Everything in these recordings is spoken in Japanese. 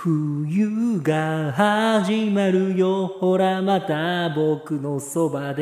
冬が始まるよ、ほらまた僕のそば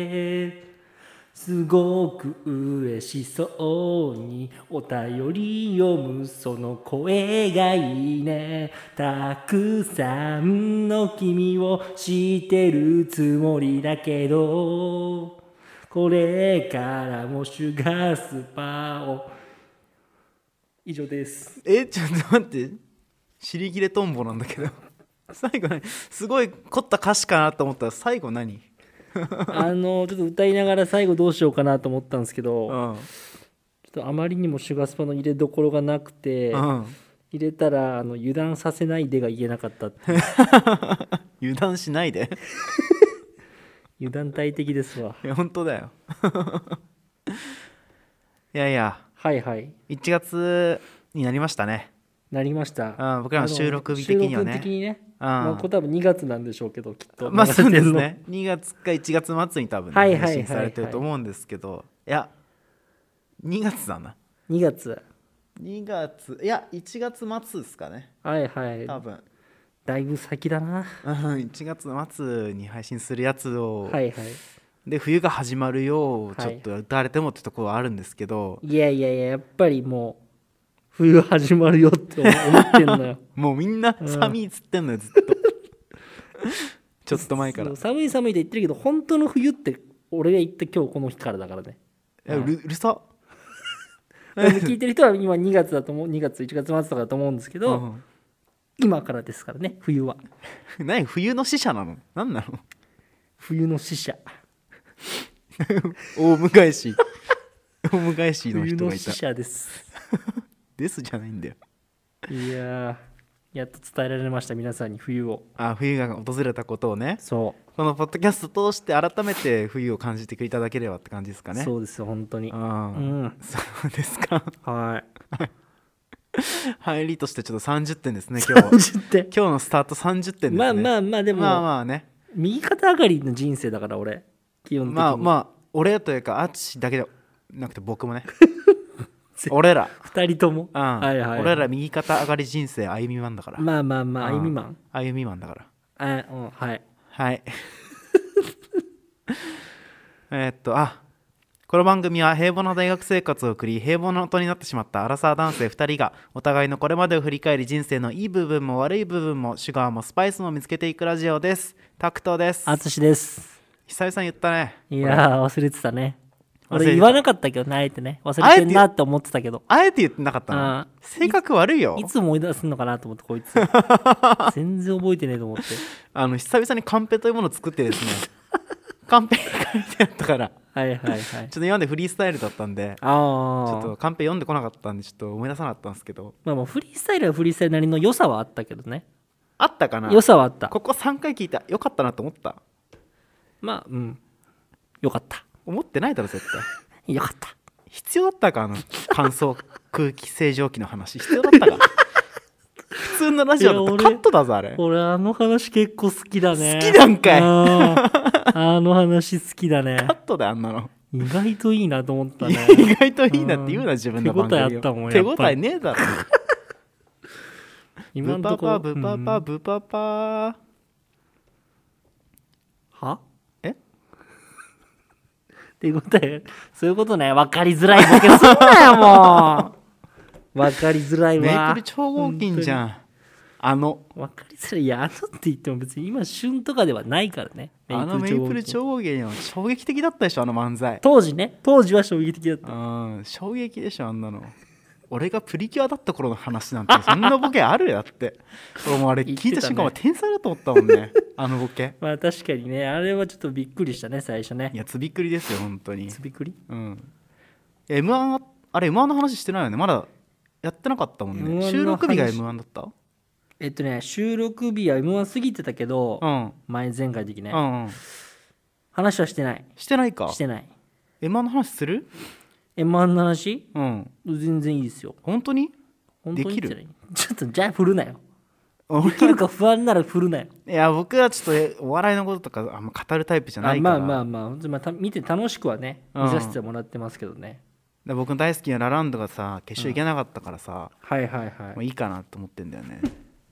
ですごく嬉しそうにお便り読むその声がいいね。たくさんの君を知ってるつもりだけど、これからもシュガースパーを。以上です。 ちょっと待って、尻切れトンボなんだけど最後何、すごい凝った歌詞かなと思ったら最後何ちょっと歌いながら最後どうしようかなと思ったんですけど、ちょっとあまりにもシュガースパの入れどころがなくて、入れたら油断させないでが言えなかったって油断しないで油断大敵ですわ。 いや本当だよいやいや、 はいはい、 1月になりましたね。 なりました。 僕らの収録日的にはね。 収録的にね、これ多分2月なんでしょうけど、きっとそうですね、2月か1月末に多分、配信されてると思うんですけど、いや2月だな。 2月いや1月末ですかね。 はいはい、 多分だいぶ先だな。 1月末に配信するやつを、 はいはい、 で冬が始まるようちょっと歌われてもってところはあるんですけど、 いややっぱりもう冬始まるよって思ってんのよもうみんな寒いっつってんのよ、ずっとちょっと前から寒い寒いって言ってるけど、本当の冬って俺が言った今日この日からだからね。 うるさ聞いてる人は今2月だと思う、2月1月末とかだと思うんですけど、今からですからね、冬は。 何、冬の使者なの？何なの？ 冬の使者大迎えし大迎えしの人がいた。 冬の使者ですですじゃないんだよ。 いややっと伝えられました、皆さんに冬を。 冬が訪れたことをね。 そう、 このポッドキャスト通して改めて冬を感じていただければって感じですかね。 そうですよ本当に。 そうですか。 はい入りとしてちょっと30点ですね今日 30点今日のスタート30点ですね。 まあでもまあね、 右肩上がりの人生だから俺、基本的に俺というかアツシだけでなくて僕もね俺ら 2人とも、 俺ら右肩上がり人生歩みマンだから。 まあ歩みマンだからはいはいこの番組は平凡な大学生活を送り平凡な大人になってしまったアラサー男性2人がお互いのこれまでを振り返り、人生のいい部分も悪い部分もシュガーもスパイスも見つけていくラジオです。タクトです。 あつしです。 久々に言ったね。 いや忘れてたね。俺言わなかったけどね、あえてね、忘れてんなって思ってたけど、 あえて言ってなかったの？性格悪いよ。 いつ思い出すのかなと思って、こいつ全然覚えてねえと思って久々にカンペというものを作ってですねカンペ書いてあったからちょっと今までフリースタイルだったんで、ちょっとカンペ読んでこなかったんでちょっと思い出さなかったんですけど、 まあフリースタイルはフリースタイルなりの良さはあったけどね。 あったかな？ 良さはあった。 ここ3回聞いたよかったなと思った。 まあよかった。 思ってないだろ絶対よかった。 必要だったか？乾燥空気清浄機の話必要だったか？普通のラジオだったらカットだぞあれ。 俺話結構好きだね。 好きなんかい話好きだね。 カットであんなの意外といいなと思ったね。 意外といいなって言うな、自分の番組を。 手応えあったもん。 手応えねえだろ今のとこブパパブパパは手応え、そういうことね。分かりづらいボケすんなよもう分かりづらいわ。 メープル超合金じゃん。分かりづらい。いやって言っても別に今旬とかではないからね。 メープル超合金よ。衝撃的だったでしょ、漫才。 当時は衝撃的だった。 衝撃でしょ、あんなの。俺がプリキュアだった頃の話なんてそんなボケあるだって。俺もあれ聞いた瞬間は天才だと思ったもんねボケ。 まあ確かにね、あれはちょっとびっくりしたね、最初ね。 いやつびっくりですよ本当に。 つびっくり。 M1 あれ M1 の話してないよね。まだやってなかったもんね。収録日が M1 だった？ 収録日は M1 過ぎてたけど、前回的ね、話はしてない。 してないか。 してない。 M1 の話する？ M1 の話？全然いいですよ。 本当にできる？ ちょっとじゃあ振るなよ。できるか不安なら振るなよ。 いや僕はちょっとお笑いのこととかあんま語るタイプじゃないから。 まあ見て楽しくはね見させてもらってますけどね。 僕の大好きなラランドがさ決勝行けなかったからさ、 もういいかなと思ってんだよね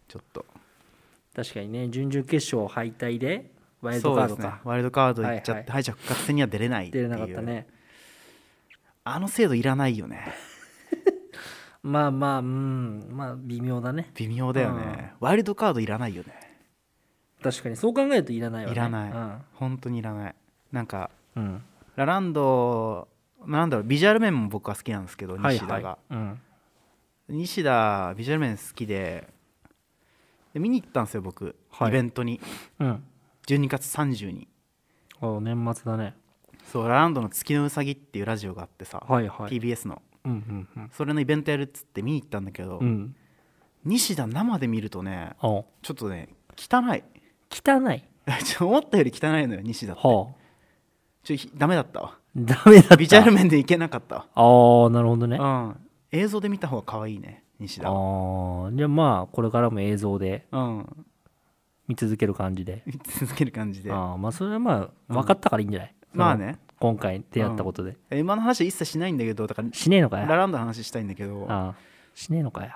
ちょっと。 確かにね、準々決勝敗退でワイルそうですねドカードか、 ワイルドカード行っちゃって、 はい敗者復活戦には出れないっていう。 出れなかったね。 あの制度いらないよね。 まあまあ、まあ微妙だね。 微妙だよね、ワイルドカードいらないよね。 確かにそう考えるといらないわね。 いらない、本当にいらない。なんかうん。 ラランド、なんだろう、ビジュアル面も僕は好きなんですけど、 はい西田が、 はい。うん。 西田ビジュアル面好きで見に行ったんですよ僕、 はいイベントにうん。 12月30に。 年末だね。 そうラランドの月のうさぎっていうラジオがあってさ、 はいはい。 TBS のうんうんそれのイベントやるっつって見に行ったんだけど、 うん。うん。 西田生で見るとねあ、 ちょっとね汚い汚い。 思ったより汚いのよ西田って。 はあ。 ダメだったわ。 ダメだった。 ビジュアル面でいけなかったわ。 ああ、なるほどね。 映像で見た方が可愛いね西田は。 じゃあまあこれからも映像でうん見続ける感じで。 見続ける感じで。 まあそれはまあ分かったからいいんじゃない、 まあね、 今回出会ったことで。 今の話は一切しないんだけど、だからしねえのかよ。 ラランドの話したいんだけど、 しねえのかよ。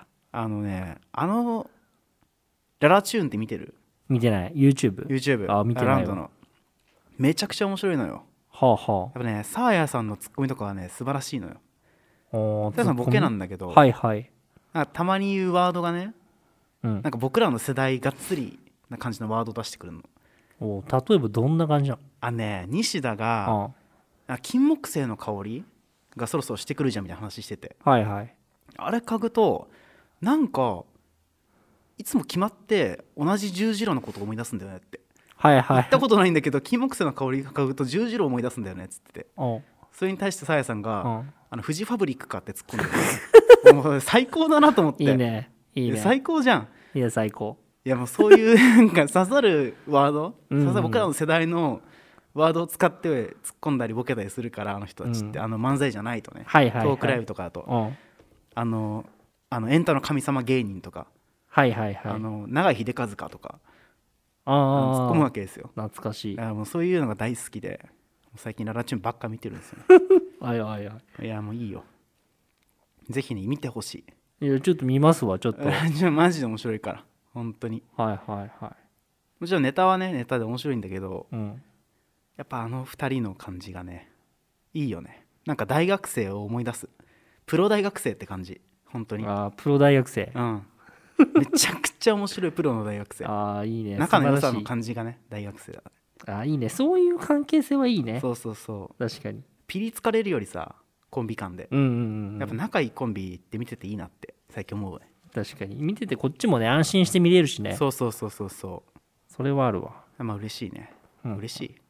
ララチューンって見てる？ 見てない。 YouTube。 見てないわ。 ラランドのめちゃくちゃ面白いのよ。 はあはやっぱねサーヤさんのツッコミとかはね素晴らしいのよ。 あ。 サーヤさんボケなんだけど、 はいはい。 なんかたまに言うワードがね、 うん。 なんか僕らの世代がっつりな感じのワードを出してくるの。 例えばどんな感じなね西田が金木犀の香りがそろそろしてくるじゃんみたいな話してて、 はいはい。 あれ嗅ぐとなんかいつも決まって同じ十字路のことを思い出すんだよねって。 はいはい。 行ったことないんだけど金木犀の香りが嗅ぐと十字路を思い出すんだよねっつってて、 そそれに対してさやさんがフジファブリックかって突っ込んでるもう最高だなと思って。 いいねいいね。 最高じゃん。 いや最高。 いやもうそういうなんか刺さるワード、刺さる僕らの世代のワードを使って突っ込んだりボケたりするから、あの人たちって、漫才じゃないとね、 はいはいはい、 トークライブとかだと、エンタの神様芸人とか、 はいはいはい、 永井秀和かとか突っ込むわけですよ。 懐かしい。 もうそういうのが大好きで最近ララチュンばっか見てるんですよねはいはいはい。 いやもういいよ、ぜひね見てほしい。 いやちょっと見ますわちょっとマジで面白いから本当に。 はいはいはい。 もちろんネタはねネタで面白いんだけど、 うん、 やっぱ2人の感じがねいいよね。なんか大学生を思い出す、プロ大学生って感じ本当に。 プロ大学生、 めちゃくちゃ面白いプロの大学生いいね。 仲の良さの感じがね大学生だ。 いいね、そういう関係性はいいね。 そうそうそう、 確かにピリつかれるよりさコンビ間で、やっぱ仲いいコンビって見てていいなって最近思うね。 確かに見ててこっちもね安心して見れるしね。 そうそうそうそうそう、 それはあるわ。 まあ嬉しいね、嬉しい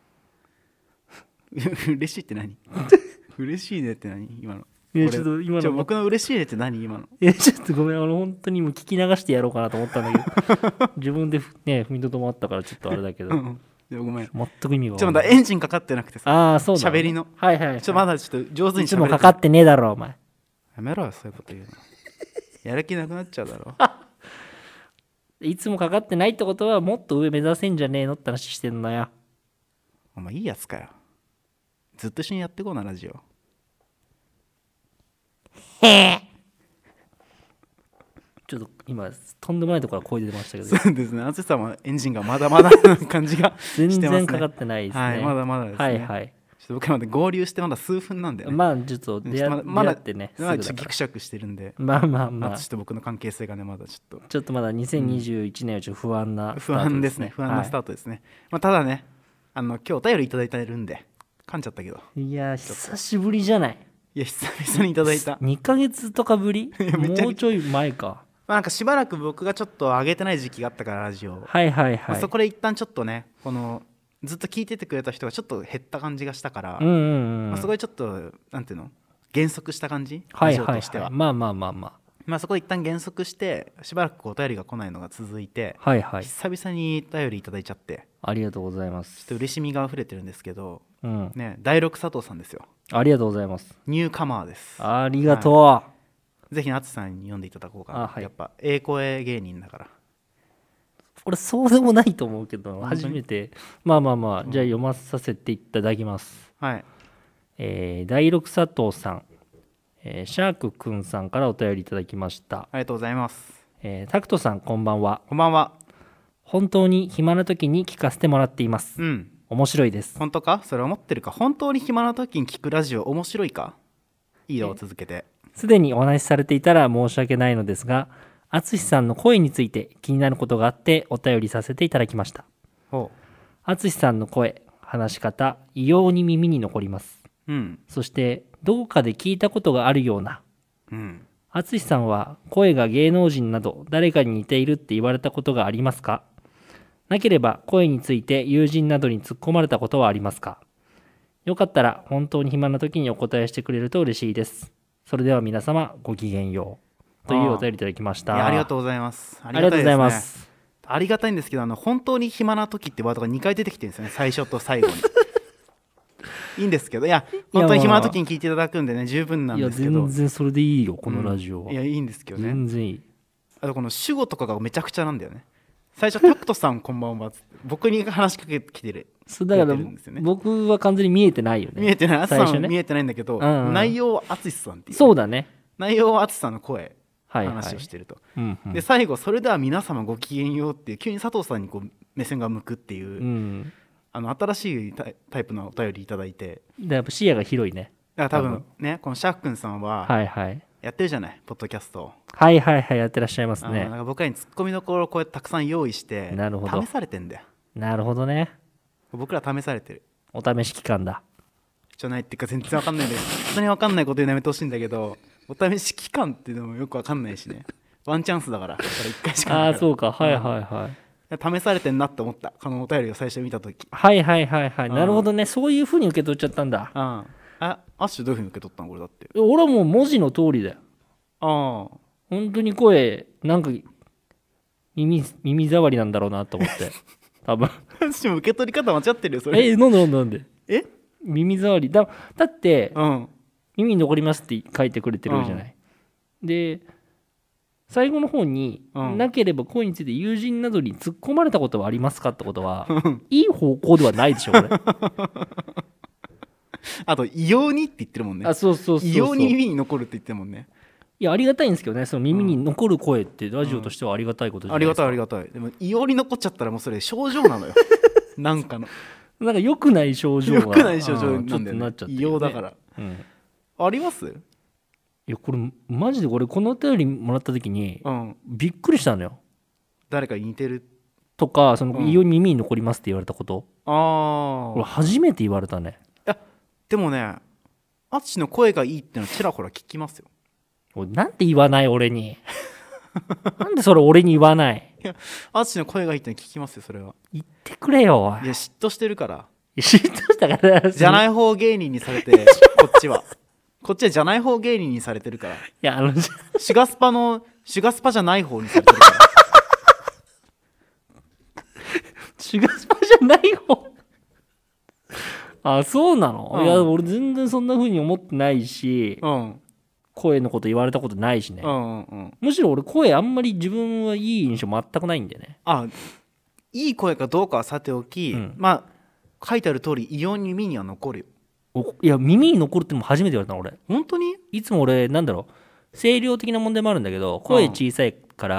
嬉しいって何嬉しいねって何今の。 いやちょっと今の僕の嬉しいねって何今の。 いやちょっとごめん、本当にもう聞き流してやろうかなと思ったんだけど自分でね踏みとどまったからちょっとあれだけどごめん、 全く意味が分かんない。 まだエンジンかかってなくてさ、 そうだ、 喋りのはいはい、 まだちょっと上手にいつもかかってねえだろお前。 やめろよそういうこと言うのやる気なくなっちゃうだろいつもかかってないってことはもっと上目指せんじゃねえのって話してんのよ。 お前いいやつかよ、ずっと一緒にやってこうなラジオ。 ちょっと今とんでもないところから声出てましたけどそうですね、淳さんはエンジンがまだまだな感じが全してますね。 然かかってないですね。 はい、まだまだですね。 はいはい。 ちょっと僕まで合流してまだ数分なんでね。 まあちょっと出会ってね、 まだちょっとギクシャクしてるんで、 まあまあまあ淳と僕の関係性がねまだちょっとまだ2021年はちょっと不安な不安ですね、不安なスタートですね。ただね今日お便りいただいてるんで噛んじゃったけど、 いや久しぶりじゃない。 いや久々にいただいた。 2ヶ月とかぶりもうちょい前か。 なんかしばらく僕がちょっと上げてない時期があったからラジオ、 はいはいはい、 そこで一旦ちょっとねこのずっと聞いててくれた人がちょっと減った感じがしたから、そこでちょっとなんていうの減速した感じ、ラジオとしては。まあそこで一旦減速してしばらくお便りが来ないのが続いて、久々にお便りいただいちゃって、 ありがとうございます。 ちょっと嬉しみが溢れてるんですけど、ね、第六佐藤さんですよ。 ありがとうございます。 ニューカマーです。 ありがとう、 ぜひ淳さんに読んでいただこうかな。やっぱええ声芸人だから。 俺そうでもないと思うけど初めて。まあじゃあ読まさせていただきます。第六佐藤さん、シャークくんさんからお便りいただきました。 ありがとうございます。 タクトさんこんばんは。 こんばんは。 本当に暇な時に聞かせてもらっています。 うん。 面白いです。 本当か？それ思ってるか？本当に暇な時に聞くラジオ面白いか？いいよ、続けて。 すでにお話しされていたら申し訳ないのですが、淳さんの声について気になることがあってお便りさせていただきました。 ほ淳さんの声、話し方、異様に耳に残ります。 う。うん。 そしてどこかで聞いたことがあるような。 うん。 淳さんは声が芸能人など誰かに似ているって言われたことがありますか？なければ声について友人などに突っ込まれたことはありますか？よかったら本当に暇な時にお答えしてくれると嬉しいです。それでは皆様ごきげんようというお便りいただきました。 いや、ありがとうございます。ありがとうございます。 ありがたいんですけど、本当に暇な時ってワードが2回出てきてるんですよね、最初と最後に。いいんですけど、いや本当に暇な時に聞いていただくんでね、十分なんですけど。 いや全然それでいいよこのラジオは。 いやいいんですけどね。 全然いい。 あとこの主語とかがめちゃくちゃなんだよね。最初タクトさんこんばんはっつって僕に話しかけてきてる。 そうだからるんですよね、 僕は完全に見えてないよね。 見えてない。 最初ね、 淳さん見えてないんだけど、 うんうん、 内容は淳さんっていう、 そうだね。 内容は淳さんの声、 はいはい、 話をしてると、 うんうん、 で最後それでは皆様ごきげんようっていう急に佐藤さんにこう目線が向くっていう、 うん、 新しいタイプのお便りいただいて、 でやっぱ視野が広いね。 だから多分ね、このシャックンさんはやってるじゃない、ポッドキャストを。 はいはいはい、やってらっしゃいますね。 なんか僕らにツッコミどころをこうやってたくさん用意して、 なるほど、 試されてんだよ。 なるほどね。 僕ら試されてる。 お試し期間だ。 じゃないっていうか全然わかんないんで、本当にわかんないこと言うのやめてほしいんだけど、お試し期間っていうのもよくわかんないしね。ワンチャンスだから、これ1回しかないから。 ああそうか、はいはいはい。 試されてんなって思った、このお便りを最初見たとき。 はいはいはいはい、なるほどね。そういう風に受け取っちゃったんだ。 アッシュどういう風に受け取ったのこれだって。 俺はもう文字の通りだよ。 ああ。 本当に声なんか耳障りなんだろうなと思って多分私も受け取り方間違ってるよそれ。 なんで耳障りだって、 うん、 耳に残りますって書いてくれてるじゃない、で最後の方に、なければ声について友人などに突っ込まれたことはありますかってことはいい方向ではないでしょこれ。 あと異様にって言ってるもんね。 そう異様に耳に残るって言ってるもんね。 いやありがたいんですけどね、その耳に残る声ってラジオとしてはありがたいことじゃないですか、 ありがたい。でも異様に残っちゃったらもうそれ症状なのよ。なんか良くない症状が良くない症状なんだよね。 なっちゃって、ね、 異様だから、あります？ いやこれマジで俺このお便りもらった時に、びっくりしたのよ。 誰かに似てるとかその異様に耳に残りますって言われたこと、 これ初めて言われたね。 いやでもね、淳の声がいいってのはちらほら聞きますよ。 なんで言わない俺に。なんでそれ俺に言わない。 いや淳の声がいいっての聞きますよ。それは言ってくれよ。 いや嫉妬してるから。 嫉妬したからじゃない方芸人にされてこっちはじゃない方芸人にされてるから。いやシュガスパじゃない方にされてるから。 シュガスパじゃない方。あ、そうなの、いや俺全然そんな風に思ってないし、声のこと言われたことないしね、むしろ俺声あんまり自分はいい印象全くないんでね。 いい声かどうかはさておき、まあ書いてある通り異様に耳には残るよ。 いや耳に残るってのも初めて言われたの俺。 本当に？ いつも俺声量的な問題もあるんだけど、声小さいから、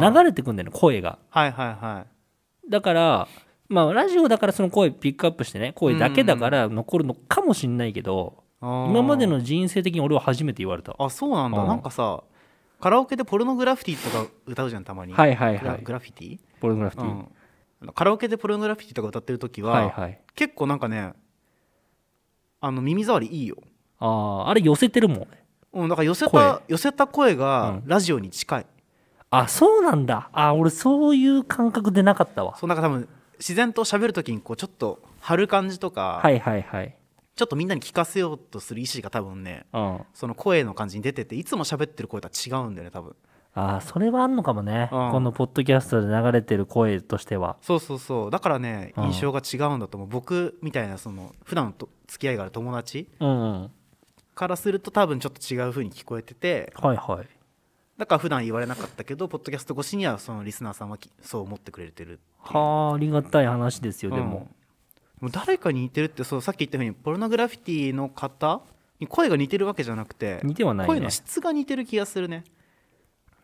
流れてくんだよね声が。だからまあラジオだからその声ピックアップしてね、声だけだから残るのかもしんないけど、今までの人生的に俺は初めて言われた。 そうなんだ。なんかさ、カラオケでポルノグラフィティとか歌うじゃんたまに。グラフィティ？ ポルノグラフィティ、 カラオケでポルノグラフィティとか歌ってる時は、結構なんかね、耳障りいいよ。 あれ寄せてるもん。 だから寄せた声がラジオに近い。 そうなんだ。俺そういう感覚でなかったわ。 なんか多分自然と喋る時にこうちょっと張る感じとか、ちょっとみんなに聞かせようとする意思が多分ね、その声の感じに出てて、いつも喋ってる声とは違うんだよね多分。 それはあんのかもね、このポッドキャストで流れてる声としては。 そうだからね、印象が違うんだと思う。僕みたいなその普段と付き合いがある友達からすると多分ちょっと違う風に聞こえてて、だから普段言われなかったけどポッドキャスト越しにはそのリスナーさんはそう思ってくれてる。 ありがたい話ですよ。でも誰かに似てるって、さっき言ったようにポルノグラフィティの方に声が似てるわけじゃなくて、 似てはないね、 声の質が似てる気がするね。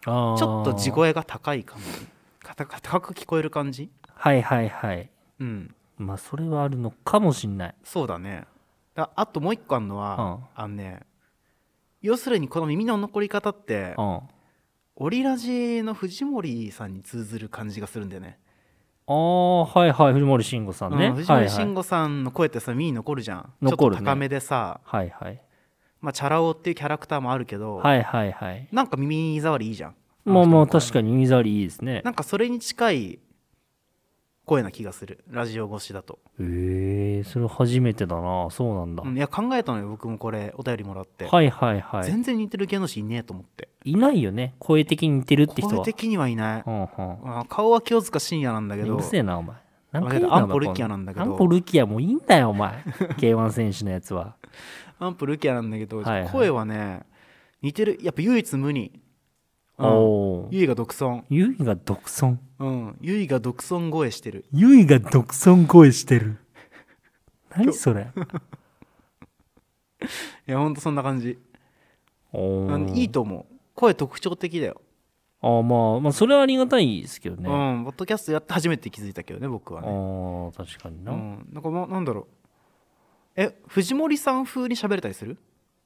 ちょっと地声が高い感じ、高く聞こえる感じ。 はいはいはい。 うん、 まあそれはあるのかもしんない。 そうだね。あともう一個あるのは、要するにこの耳の残り方ってオリラジの藤森さんに通ずる感じがするんだよね。 はいはい、藤森慎吾さんね、 藤森慎吾さんの声ってさ、耳に残るじゃん。 残るね、 ちょっと高めでさ、 はいはい、 まあチャラ男っていうキャラクターもあるけど、 はいはいはい、 なんか耳障りいいじゃん。 まあまあ確かに耳障りいいですね。 なんかそれに近い声な気がする、ラジオ越しだと。 それ初めてだな。そうなんだ。 いや考えたのよ、僕もこれお便りもらって。 はいはいはい。 全然似てる芸能人いねえと思って。 いないよね、声的に似てるって人は。 声的にはいない。 うんうん、 顔は清塚信也なんだけど。 うるせえなお前。なんかアンポルキアなんだけど。 アンポルキアもういいんだよお前K1 選手のやつは。 アンポルキアなんだけど、 はいはい、 声はね似てる。やっぱ唯一無二。ゆいが独尊。 ゆいが独尊。 ゆいが独尊声してる。 ゆいが独尊声してる何それいやほんとそんな感じ。いいと思う。声特徴的だよ。 まあそれはありがたいですけどね。 ポッドキャストやって初めて気づいたけどね、僕はね。 確かにな。 なんかなんだろう。藤森さん風に喋れたりする？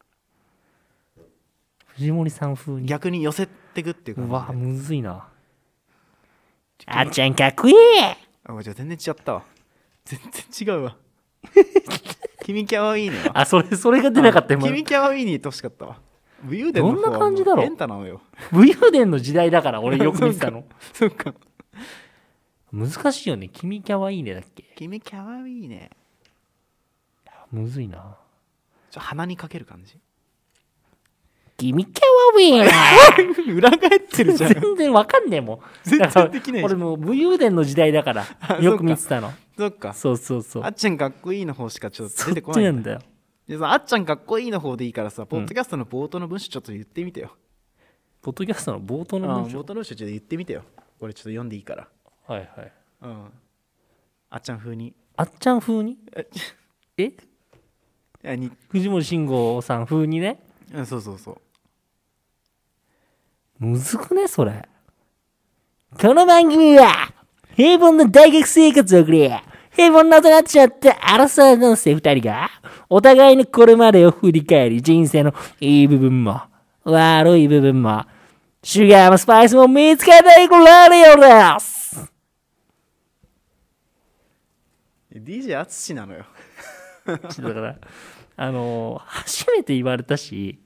藤森さん風に逆に寄せてくっていう感じで。 うわむずいな。あっちゃんかっこいい。 じゃあ全然違ったわ。全然違うわ君キャワイーね。 それが出なかったよ。 君キャワイーに言ってほしかったわ。武勇伝の方はどんな感じだろう。 エンタなのよ。 武勇伝の時代だから俺よく見てたのそっか難しいよね。君キャワイーねだっけ。 君キャワイーね。 むずいな。 鼻にかける感じ。 君キャワイー裏返ってるじゃん。 全然わかんねえもん。 全然できないじゃん。 俺もう武勇伝の時代だからよく見てたの。 そっか。 そうそうそう。 あっちゃんかっこいいの方しかちょっと出てこない。 そっちなんだよ。 でさ、あっちゃんかっこいいの方でいいからさ、ポッドキャストの冒頭の文章ちょっと言ってみてよ。 ポッドキャストの冒頭の文章？ 冒頭の文章ちょっと言ってみてよ。これちょっと読んでいいから。 はいはい。 あっちゃん風に。 あっちゃん風に？藤森慎吾さん風にね。 そうそうそう。 むずくねそれ。この番組は平凡な大学生活を送り平凡なとなっちゃったアラサー男性2人がお互いのこれまでを振り返り、人生のいい部分も悪い部分もシュガーもスパイスも見つけていくラジオです。 DJ 淳なのよだから初めて言われたし、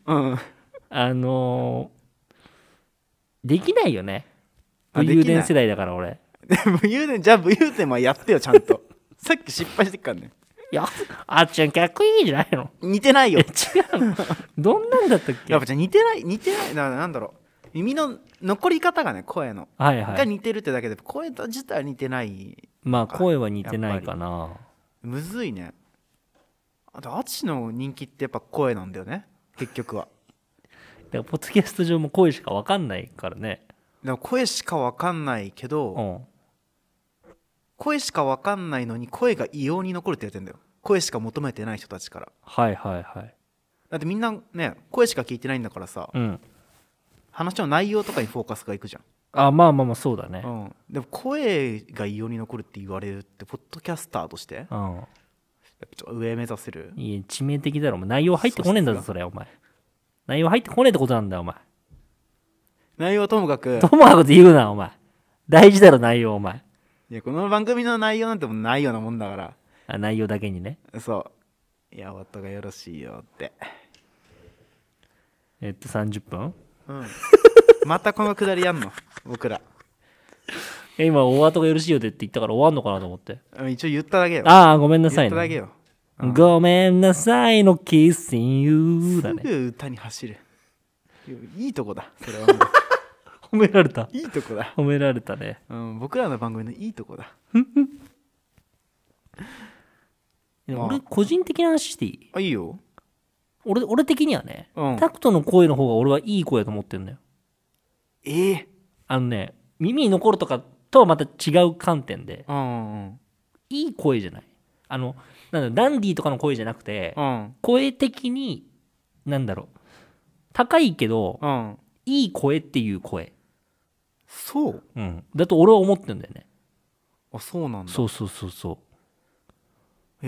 できないよね。武勇伝世代だから俺。 武勇伝はやってよちゃんとさっき失敗してっからね。 いや、あっちゃんかっこいいじゃないの。 似てないよ。違うの。どんなんだったっけ。 やっぱじゃ似てないなんだろう。耳の残り方がね、声の、が似てるってだけで声自体は似てない。 まあ声は似てないかな。 むずいね。あと淳の人気ってやっぱ声なんだよね、結局は。 だからポッドキャスト上も声しか分かんないからね。 でも声しか分かんないけど、声しか分かんないのに声が異様に残るって言ってんだよ。声しか求めてない人たちから。 はいはいはい。 だってみんなね、声しか聞いてないんだからさ、話の内容とかにフォーカスがいくじゃん。 まあそうだね。 でも声が異様に残るって言われるってポッドキャスターとして、ちょっと上目指せる。 いや致命的だろ。内容入ってこねえんだぞそれお前。内容入ってこねえってことなんだよお前。 内容はともかくって言うなお前。大事だろ内容お前。 いやこの番組の内容なんてもないようなもんだから。 内容だけにね。 そう。いやお後がよろしいよって。 30分？ またこのくだりやんの僕ら。 今お後がよろしいよって言ったから終わんのかなと思って。 一応言っただけよ。 ごめんなさいね。 言っただけよ。 ごめんなさいのキッシンユーだね。 すぐ歌に走る。いいとこだそれは。 褒められた。 いいとこだ。 褒められたね。 僕らの番組のいいとこだ。 俺個人的な話していい？ いいよ。 俺的にはね、タクトの声の方が俺はいい声だと思ってるんだよ。耳に残るとかとはまた違う観点で、いい声じゃない。なんだダンディーとかの声じゃなくて、声的に高いけど、いい声っていう声。 そうだと俺は思ってんだよね。 あ、そうなんだ。 そうそうそうそう。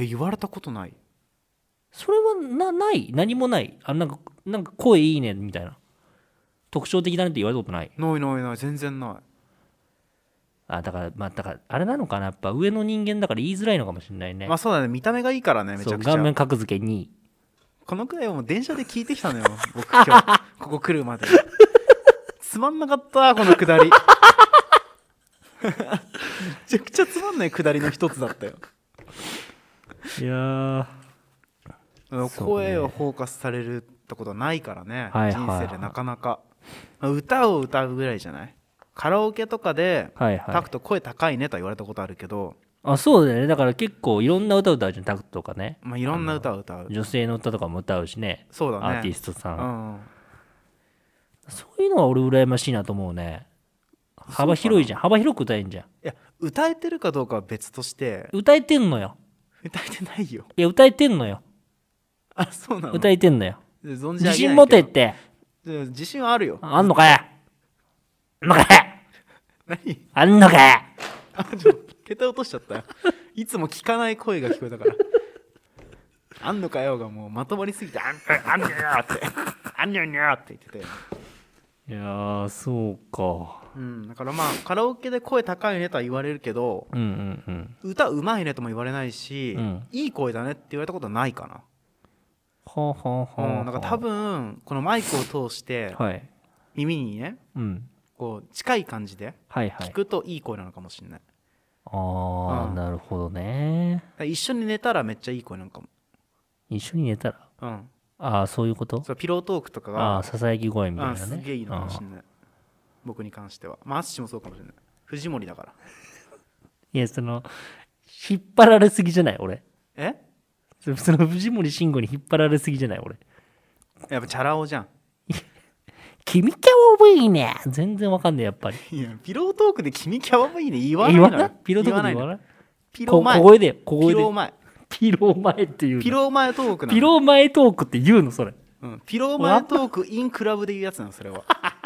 言われたことない。 それはない何もない。なんか声いいねみたいな、特徴的だねって言われたことない。 ない全然ない。 だからあれなのかな、やっぱ上の人間だから言いづらいのかもしれないね。 まあそうだね、見た目がいいからね、めちゃくちゃ。 顔面格付けに。 このくらいはもう電車で聞いてきたのよ僕今日ここ来るまでつまんなかったこのくだりめちゃくちゃつまんないくだりの一つだったよ。 いや声をフォーカスされるってことはないからね、 はいはいはい、 人生でなかなか。歌を歌うぐらいじゃない。カラオケとかで、 はいはい、 タクト声高いねとは言われたことあるけど。 そうだよね。だから結構いろんな歌歌うじゃん、タクトとかね。 まあいろんな歌を歌う。 女性の歌とかも歌うしね。 そうだね。 アーティストさん、 うん、 そういうのは俺羨ましいなと思うね。幅広いじゃん。幅広く歌えんじゃん。いや歌えてるかどうかは別として。 歌えてんのよ。 歌えてないよ。 いや歌えてんのよ。 あ、そうなの。 歌えてんのよ。 存じ上げないけど。 自信持てって。 自信はあるよ。 あんのかい。あんのかい。 何。 あんのかい。 桁落としちゃったよ。いつも聞かない声が聞こえたから。あんのかよがもうまとまりすぎて、あんにゃーって、あんにゃにゃーって言ってて。 いやー、そうか。 だからまあカラオケで声高いねとは言われるけど、歌うまいねとも言われないし、いい声だねって言われたことはないかな。なんか多分このマイクを通して耳にね、こう近い感じで聞くといい声なのかもしれない。 なるほどね。 一緒に寝たらめっちゃいい声なのかも。 一緒に寝たら、そういうこと。 ピロートークとかがささやき声みたいなね。 すげえいいのかもしれない。僕に関しては。まあ淳もそうかもしれない。藤森だから。 いや、引っ張られすぎじゃない俺。その藤森慎吾に引っ張られすぎじゃない俺。 やっぱチャラ男じゃん。 君キャワいいね。全然わかんねえやっぱり。 いやピロートークで君キャワいいね言わないのよ。 ピロートークで言わない。 ピロー前。 小声で小声で。 ピロー前。 ピロー前っていう。 ピロー前トークなの。 ピロー前トークって言うのそれ。 ピロー前トークインクラブで言うやつなのそれは。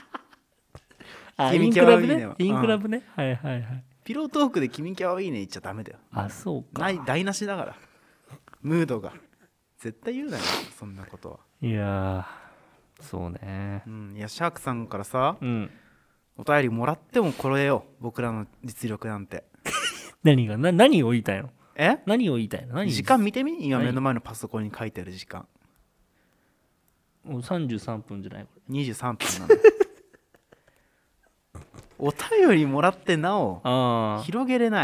インクラブね。インクラブね。はいはいはい。 ピロートークで君キャワいいね言っちゃダメだよ。 そうか。 台無しだから。ムードが。絶対言うなよそんなことは。 いやそうね。 いやシャークさんからさ、お便りもらってもこれよ僕らの実力なんて。 何を言いたいの。何を言いたいの。 時間見てみ。今目の前のパソコンに書いてある時間。 もう33分じゃないこれ。 23分なの。お便りもらってなお広げれない。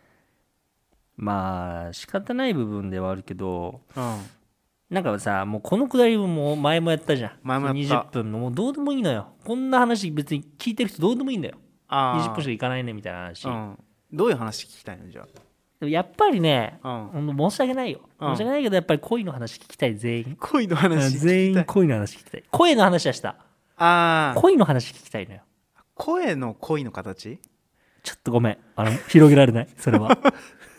まあ仕方ない部分ではあるけど、なんかさ、もうこのくだりも前もやったじゃん。 前もやった 20分のもうどうでもいいのよ。こんな話別に聞いてる人どうでもいいんだよ。20分しかいかないねみたいな話。 どういう話聞きたいのじゃあ。 でもやっぱりね、申し訳ないよ。申し訳ないけどやっぱり恋の話聞きたい全員。 恋の話全員恋の話聞きたい。声の話はした。恋の話聞きたいのよ。 声の恋の形？ ちょっとごめん。広げられない。それは。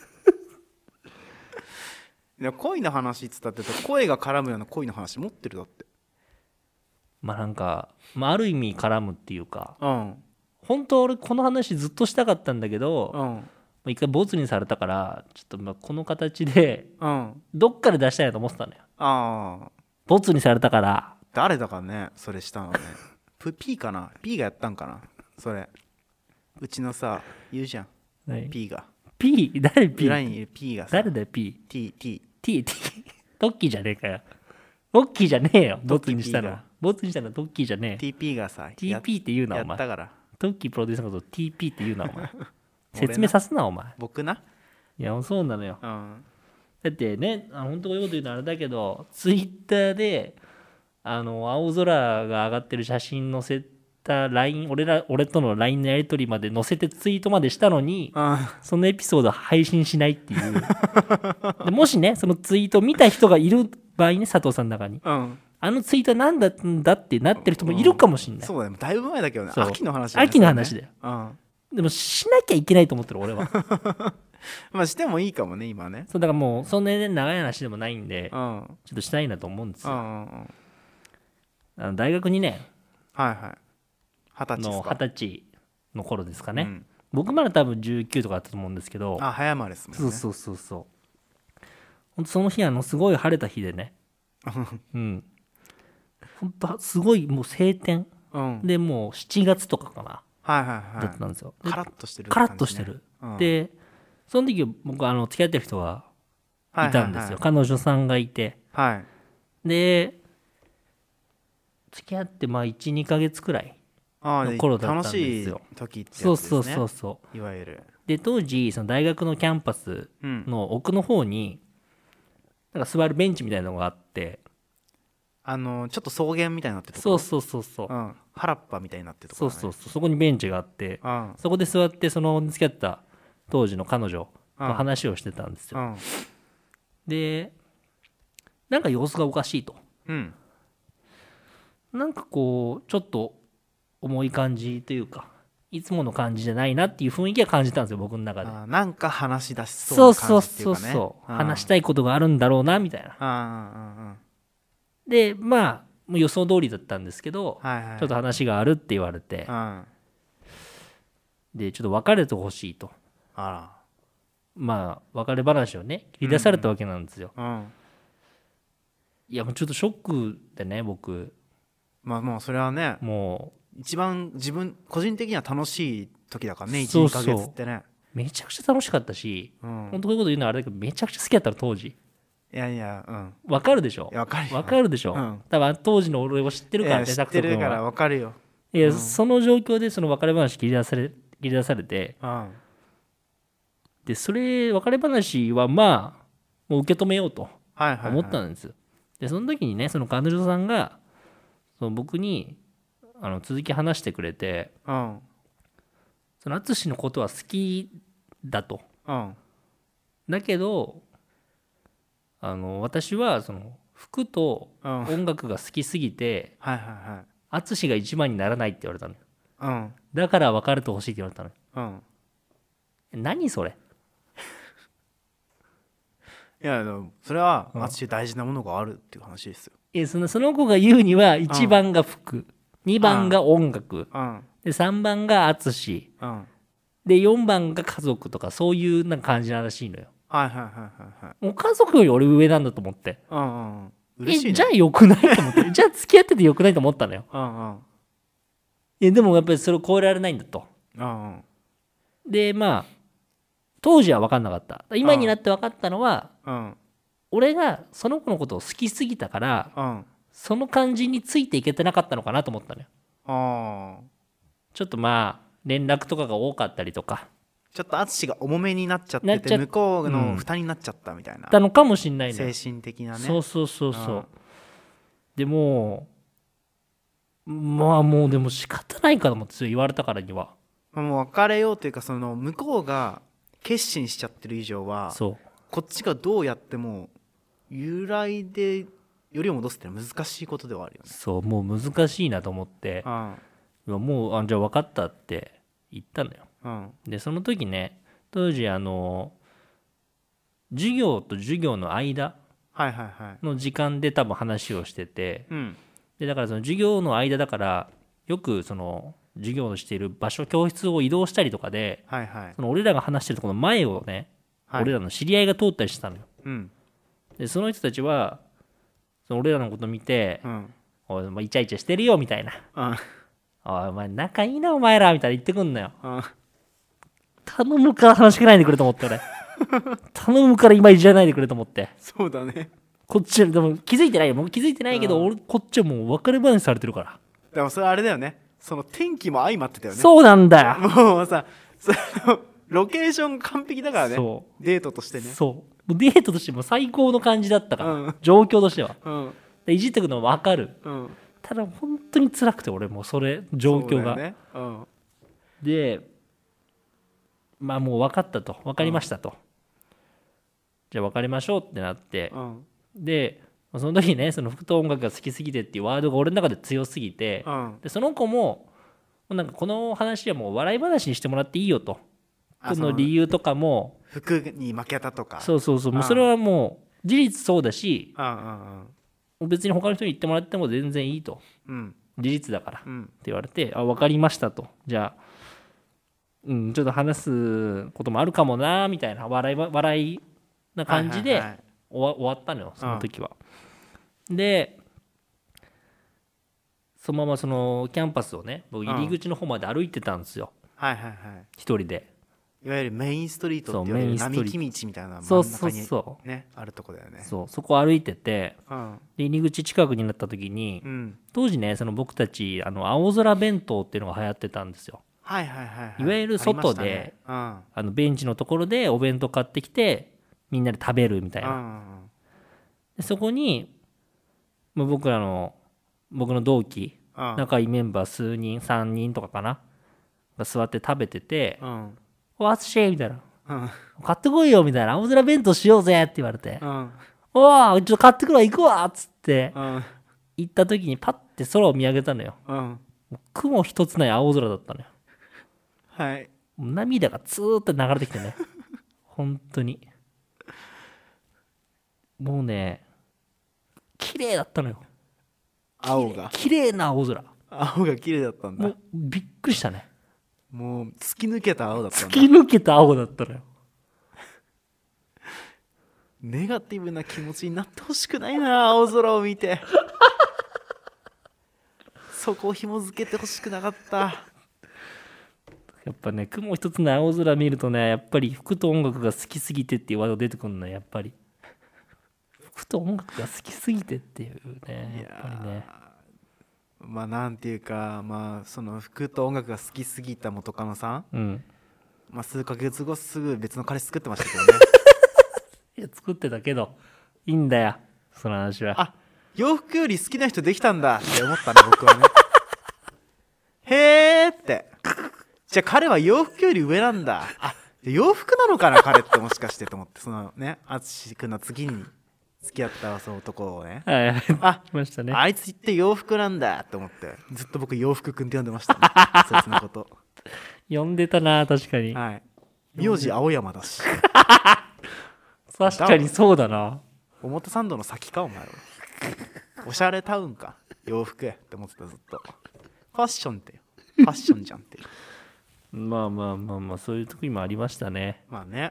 恋の話っつったって声が絡むような恋の話持ってるだって。 なんか、ある意味絡むっていうか、本当俺この話ずっとしたかったんだけど、一回ボツにされたからちょっとこの形でどっかで出したいなと思ってたのよ。ボツにされたから。 誰だかねそれしたのね。P かな。 P がやったんかなそれ。うちのさ言うじゃん、P が。 P？ 誰 P？ 裏にいる P がさ。 誰だよ P？ T。 トッキーじゃねえかよ。トッキーじゃねえよ。ボツにしたのはトッキーじゃねえ。 TP がさ TP って言うなお前。 やったから。 トッキープロデューサーのこと TP って言うなお前。説明さすなお前。 僕な。 いやそうなのよ。だってね、本当こういうこと言うのあれだけど、ツイッターで青空が上がってる写真載せた LINE、俺との LINE のやり取りまで載せてツイートまでしたのに、そのエピソード配信しないっていうでもしねそのツイート見た人がいる場合ね、佐藤さんの中に、ツイートなんだんだってなってる人もいるかもしれない。 そうだよ、だいぶ前だけどね。秋の話だよね。秋の話だよ。でもしなきゃいけないと思ってる俺は。 まあしてもいいかもね今ね。 そうだからもうそんなに長い話でもないんで、ちょっとしたいなと思うんですよ。大学にね、 20歳ですか。 20歳の頃ですかね、 うん、 僕まだ多分19とかだったと思うんですけど、 あ、早生まれですもんね。 そうほんとその日すごい晴れた日でねうんほんとすごいもう晴天うん、 でもう7月とかかなはいはいはい。 だったんですよ。でカラッとしてるカラ感じね。 ッとしてる、 うん、 でその時僕付き合ってる人がはいいたんですよ、 はいはい、 彼女さんがいて、 はい。 で付き合って12ヶ月くらいああ、 の頃だっ楽たんですしいよ。 時ってそうそうやつですね。 そうそいわゆる。 うで当時その大学のキャンパスうん。 の奥の方になんか座るベンチみたいなのがあって、 ちょっと草原みたいになってるところ。 そうそうそうそう、 うん。原っぱみたいになってるところ、ね。 そこにベンチがあって、 うん。 そこで座ってその付き合った当時の彼女と話をしてたんですよ、 うん。 でなんか様子がおかしいと、 うん。 なんかこうちょっと重い感じというかいつもの感じじゃないなっていう雰囲気は感じたんですよ僕の中で。 なんか話し出しそうそうそうそうな感じっていうかね。 そう話したいことがあるんだろうなみたいな。 うん。 でまあもう予想通りだったんですけど、 はいはい。 ちょっと話があるって言われて、 うん。あでちょっと別れてほしいと、 ら。 まあ別れ話をね切り出されたわけなんですよ、 うん。 いやもうちょっとショックでね僕まあもうそれはね、 も一番個人的には楽しい時だからね、1、2 そうそうヶ月ってね。 うめちゃくちゃ楽しかったし、 うん。 本当こういうこと言うのはあれだけどめちゃくちゃ好きだったの当時。 いやいや、うん。 わかるでしょ、 いやわかるよ。 わかるでしょ、 うん多分当時の俺を知ってるからね、 知ってるから拓人君は。 わかるよ。 いや、その状況でその別れ話切り出されて、 うん。 でそれ別れ話はまあもう受け止めようとはいはい、はい。 思ったんです。でその時にねその彼女さんがその僕に続き話してくれて、 うん。 その淳のことは好きだと、 うん。 だけど私はその服とうん。 音楽が好きすぎてはいはいはい。 淳が一番にならないって言われたのよ。 うん。 だから別れてほしいって言われたのよ。 うん。 何それ。 いや、でもそれは、私大事なものがあるっていう話ですよ。 その子が言うには1番が服、2番が音楽、 うん。 で3番が淳うん。 で4番が家族とかそういうなんか感じならしいのよ。 はいはいはいはいはい。 もう家族より俺上なんだと思って、 うんうんうん。嬉しいね。 じゃあ良くないと思ってじゃあ付き合ってて良くないと思ったのよ。 うんうん。 でもやっぱりそれを超えられないんだと。 うんうん。 でまあ当時は分かんなかった。今になって分かったのは、 うん。 俺がその子のことを好きすぎたからうん。 その感じについていけてなかったのかなと思ったのよ。 ああ。 ちょっとまあ連絡とかが多かったりとかちょっと淳が重めになっちゃってて、 なっちゃっ向こうの負担になっちゃったみたいな。 たのかもしんないのよ。 精神的なね。 そうそうそうそう、 うんでもまあもうでも仕方ないかと思ってそう言われたからには。 まあもう別れようというか、その向こうが決心しちゃってる以上は、 そうこっちがどうやっても由来でよりを戻すって難しいことではあるよね。 そうもう難しいなと思ってもうじゃあ分かったって言ったのよ。 うんでその時ね当時授業と授業の間はいはいはい。 の時間で多分話をしてて、 うんでだからその授業の間だからよくその授業をしている場所教室を移動したりとかではいはいその俺らが話してるところの前をね、 はい。 俺らの知り合いが通ったりしてたのよ。 うんでその人たちはその俺らのこと見てうん 「おいイチャイチャしてるよ」みたいなうん 「おいお前仲いいなお前ら」みたいな言ってくんのよ。 うん。 頼むから話しかけないでくれと思って俺頼むから今いじらないでくれと思って、 そうだね。 こっちでも気づいてないよ、もう気づいてないけど、俺こっちはもう別れ話されてるから。 でもそれあれだよね。その天気も相まってたよね。 そうなんだよ。 もうさ、そのロケーション完璧だからね。 そデートとしてね。 そうもうデートとしても最高の感じだったから、 うん状況としてはうんでいじってくのも分かる。 うん。 ただ本当に辛くて俺もうそれ状況が、 そうだよね。うんでまあもう分かったと分かりましたと、じゃあ別れましょうってなってう、んでその時ねその服と音楽が好きすぎてっていうワードが俺の中で強すぎて、 うん。 でその子もなんかこの話はもう笑い話にしてもらっていいよと、 あこの理由とかも服に負けたとか。 そうそうそう、もうそれはもう事実そうだしうん別に他の人に言ってもらっても全然いいと、 うんうん事実だからってうん言われて、あ分かりましたと、じゃあちょっと話すこともあるかもなみたいな笑いな感じではいはいはい、 終わったのよその時は。でそのままそのキャンパスをね僕入り口の方まで歩いてたんですよはいはいはい。 一人で。 いわゆるメインストリートって言われるそうメインストリート並木道みたいなそうそう真ん中にそうねあるとこだよね。 そこ歩いてて、 うんで入り口近くになった時に、 うん。 当時ねその僕たち青空弁当っていうのが流行ってたんですよ。 はいはいはいはい。 いわゆる外でありましたねベンチのところでお弁当買ってきてみんなで食べるみたいうんうな。 んでそこにまあ僕の同期うん仲いいメンバー数人3人とかかなが座って食べててうん 「おあつし」みたいなうん 「買ってこいよ」みたいな「青空弁当しようぜ」って言われてうん 「おおちょっと買ってくるわ行くわ」っつってうん行った時にパッて空を見上げたのよ。 うん雲一つない青空だったのよ。 はいもう涙がツーッと流れてきてね本当にもうね綺麗だったのよ。 青が綺麗な青空。 青が綺麗だったんだ。 もうびっくりしたね。 もう突き抜けた青だったんだ。 突き抜けた青だったのよ。 ネガティブな気持ちになってほしくないな、青空を見て。そこを紐付けてほしくなかった。 やっぱね雲一つない青空見るとねやっぱり服と音楽が好きすぎてっていうワード出てくるのよやっぱり。服と音楽が好きすぎてっていうねやっぱりね。 まあなんていうか、まあその服と音楽が好きすぎた元カノさん、まあ数ヶ月後すぐ別の彼氏作ってましたけどね。 いや作ってたけどいいんだよその話は。 あ、洋服より好きな人できたんだって思ったね僕はね。へーって。じゃあ彼は洋服より上なんだ。あ、洋服なのかな彼ってもしかしてと思って、そのね淳君の次に付き合ったその男をね、 はいはいあ、 来ましたね。 あいつって洋服なんだと思ってずっと僕洋服くんって呼んでましたね。そいつのこと。 呼んでたな確かに。 はい。名字青山だし。 確かにそうだな。 表参道の先かお前は。おしゃれタウンか洋服やって思ってたずっと。ファッションってファッションじゃんって。 まあまあまあまあそういう時もありましたね。 まあね。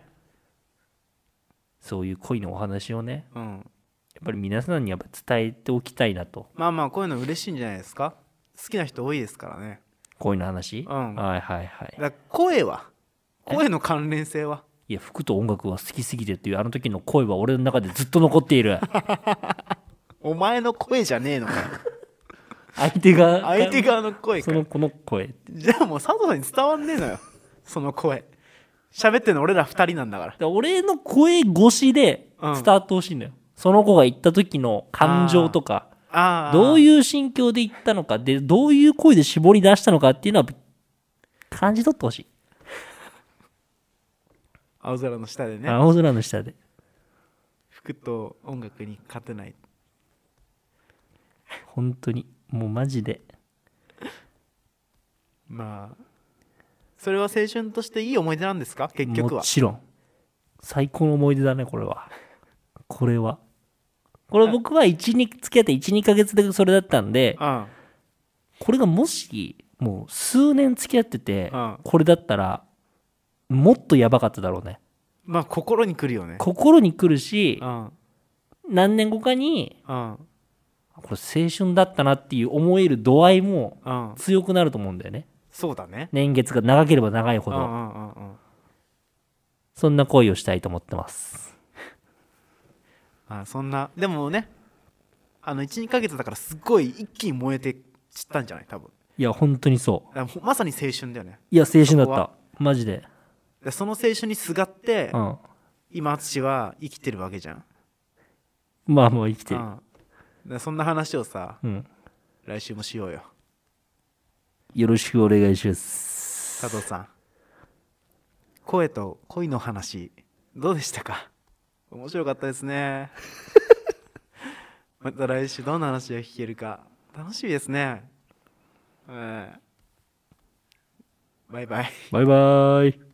そういう恋のお話をねうん。 やっぱり皆さんにやっぱ伝えておきたいなと。 まあまあこういうの嬉しいんじゃないですか。好きな人多いですからね。 恋の話、 うんはいはいはい。 だから声の関連性はいや服と音楽が好きすぎてっていうあの時の声は俺の中でずっと残っている。 お前の声じゃねえのかよ。 相手が相手側の声か。 その子の声。 じゃあもう佐藤さんに伝わんねえのよその声。喋ってんの俺ら二人なんだから。 で俺の声越しで伝わってほしいのよ、その子が言った時の感情とかどうういう心境で言ったのかでどういう声で絞り出したのかっていうのは感じ取ってほしい。 青空の下でね。 青空の下で。 服と音楽に勝てない。 本当にもうマジでまあそれは青春としていい思い出なんですか結局は。 もちろん最高の思い出だねこれは。これ僕は付き合って12ヶ月でそれだったんで、 うんこれがもしもう数年付き合っててうんこれだったらもっとやばかっただろうね。 まあ心にくるよね。 心に来るしうん何年後かにうんこれ青春だったなっていう思える度合いもうん強くなると思うんだよね。 そうだね。 年月が長ければ長いほど、 うんうんうんうん。 そんな恋をしたいと思ってます。 あそんなでもね12ヶ月だからすごい一気に燃えて散ったんじゃない多分。 いや本当にそだからまさに青春だよね。 う。いや青春だっそこはたマジで。 でその青春にすがってうん今淳は生きてるわけじゃん。 まあもう生きてる。 でそんな話をさうん来週もしようよよろしくお願いします。 佐藤さん。声と恋の話どうでしたか。面白かったですね。また来週どんな話が聞けるか楽しみですね。バイバイ。 バイバイ。